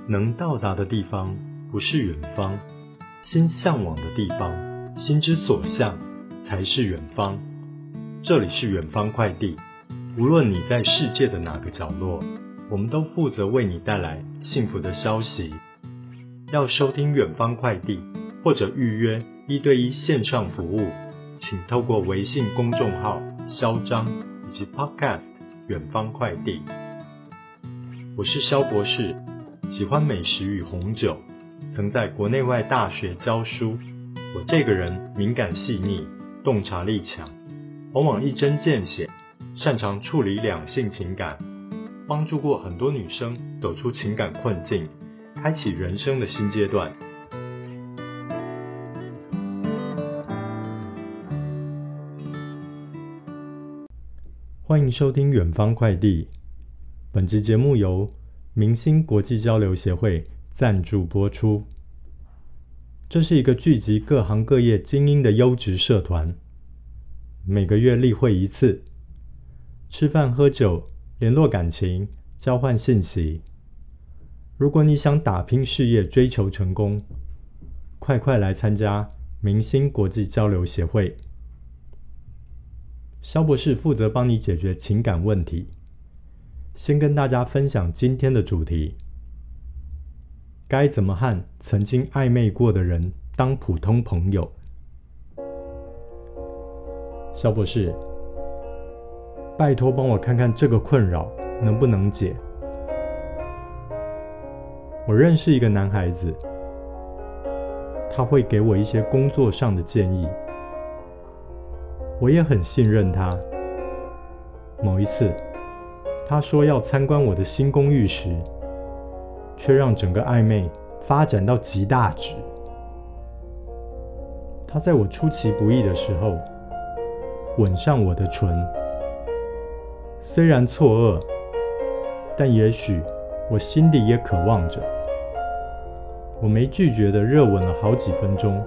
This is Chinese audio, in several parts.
能到达的地方不是远方，心向往的地方，心之所向才是远方。这里是远方快递，无论你在世界的哪个角落，我们都负责为你带来幸福的消息。要收听远方快递或者预约1对1线上服务，请透过微信公众号肖张以及 Podcast 远方快递。我是肖博士，喜欢美食与红酒，曾在国内外大学教书。我这个人敏感细腻，洞察力强，往往一针见血，擅长处理两性情感，帮助过很多女生走出情感困境，开启人生的新阶段。欢迎收听远方快递，本集节目由明星国际交流协会赞助播出。这是一个聚集各行各业精英的优质社团，每个月例会一次，吃饭喝酒，联络感情，交换信息。如果你想打拼事业，追求成功，快来参加明星国际交流协会。肖博士负责帮你解决情感问题。先跟大家分享今天的主题：该怎么和曾经暧昧过的人当普通朋友？肖博士，拜托帮我看看这个困扰能不能解。我认识一个男孩子，他会给我一些工作上的建议，我也很信任他。某一次，他说要参观我的新公寓时，却让整个暧昧发展到极大值。他在我出其不意的时候，吻上我的唇，虽然错愕，但也许我心里也渴望着。我没拒绝的热吻了好几分钟。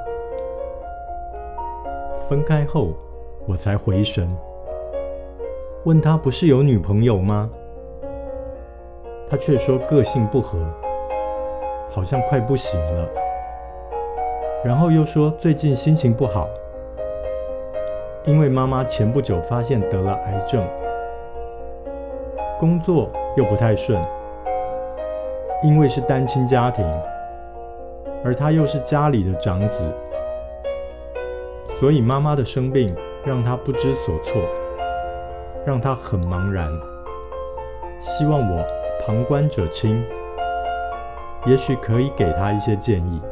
分开后，我才回神，问他不是有女朋友吗？他却说个性不合，好像快不行了。然后又说最近心情不好，因为妈妈前不久发现得了癌症，工作又不太顺，因为是单亲家庭，而他又是家里的长子，所以妈妈的生病让他不知所措，让他很茫然，希望我旁观者清，也许可以给他一些建议。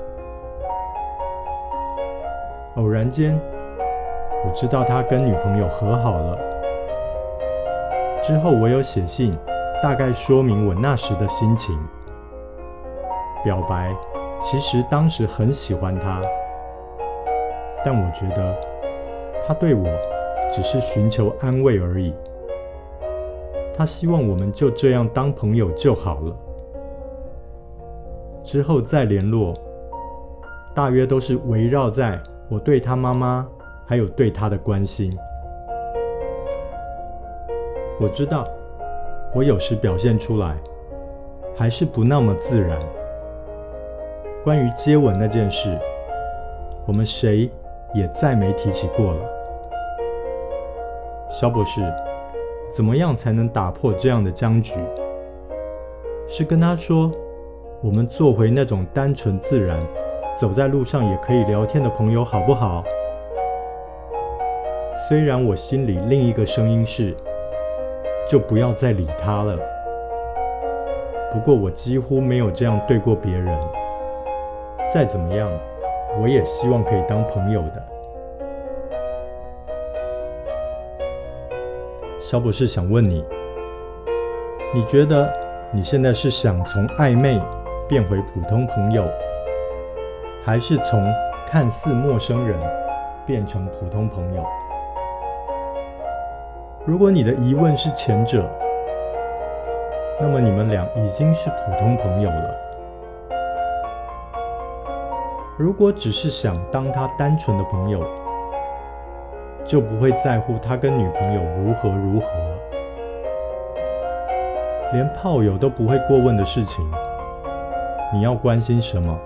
偶然间，我知道他跟女朋友和好了。之后我有写信，大概说明我那时的心情，表白其实当时很喜欢他，但我觉得他对我只是寻求安慰而已。他希望我们就这样当朋友就好了。之后再联络，大约都是围绕在我对他妈妈还有对他的关心。我知道我有时表现出来还是不那么自然。关于接吻那件事，我们谁也再没提起过了。肖博士，怎么样才能打破这样的僵局？是跟他说，我们做回那种单纯自然，走在路上也可以聊天的朋友好不好？虽然我心里另一个声音是，就不要再理他了。不过我几乎没有这样对过别人。再怎么样，我也希望可以当朋友的。肖博士想问你，你觉得你现在是想从暧昧变回普通朋友，还是从看似陌生人变成普通朋友？如果你的疑问是前者，那么你们俩已经是普通朋友了。如果只是想当他单纯的朋友，就不会在乎他跟女朋友如何，连炮友都不会过问的事情， 你要关心什么？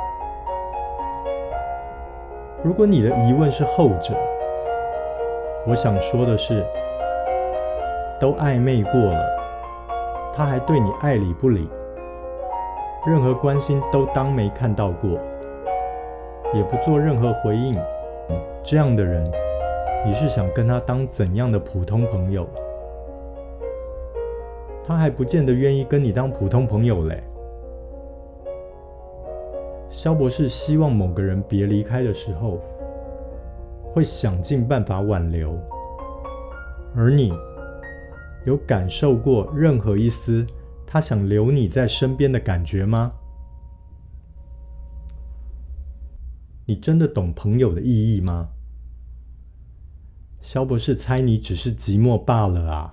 如果你的疑问是后者，我想说的是，都暧昧过了，他还对你爱理不理，任何关心都当没看到过，也不做任何回应，这样的人，你是想跟他当怎样的普通朋友？他还不见得愿意跟你当普通朋友嘞。萧博士希望某个人别离开的时候，会想尽办法挽留，而你有感受过任何一丝他想留你在身边的感觉吗？你真的懂朋友的意义吗？萧博士猜你只是寂寞罢了啊。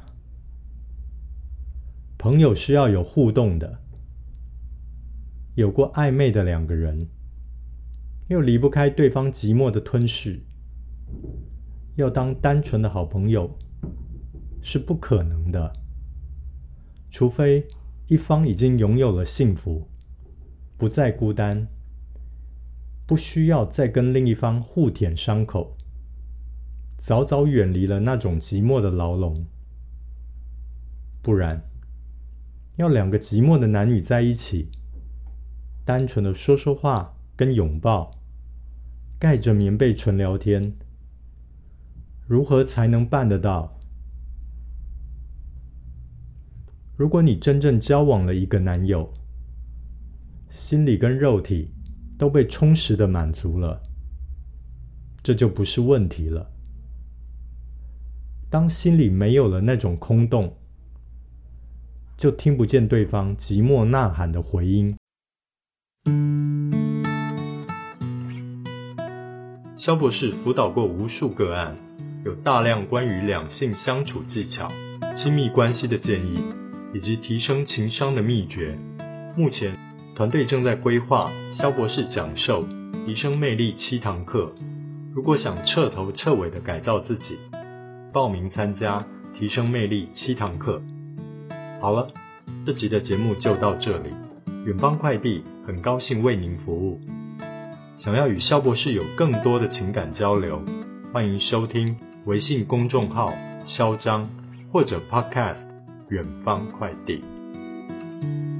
朋友是要有互动的，有过暧昧的两个人，又离不开对方寂寞的吞噬，要当单纯的好朋友是不可能的，除非一方已经拥有了幸福，不再孤单，不需要再跟另一方互舔伤口，早早远离了那种寂寞的牢笼。不然，要两个寂寞的男女在一起，单纯的说说话跟拥抱，盖着棉被纯聊天，如何才能办得到？如果你真正交往了一个男友，心理跟肉体都被充实的满足了，这就不是问题了。当心里没有了那种空洞，就听不见对方寂寞呐喊的回音。萧博士辅导过无数个案，有大量关于两性相处技巧、亲密关系的建议，以及提升情商的秘诀。目前团队正在规划萧博士讲授提升魅力7堂课，如果想彻头彻尾的改造自己，报名参加提升魅力7堂课。好了，这集的节目就到这里。远方快递很高兴为您服务。想要与萧博士有更多的情感交流，欢迎收听微信公众号萧张或者 Podcast 远方快递。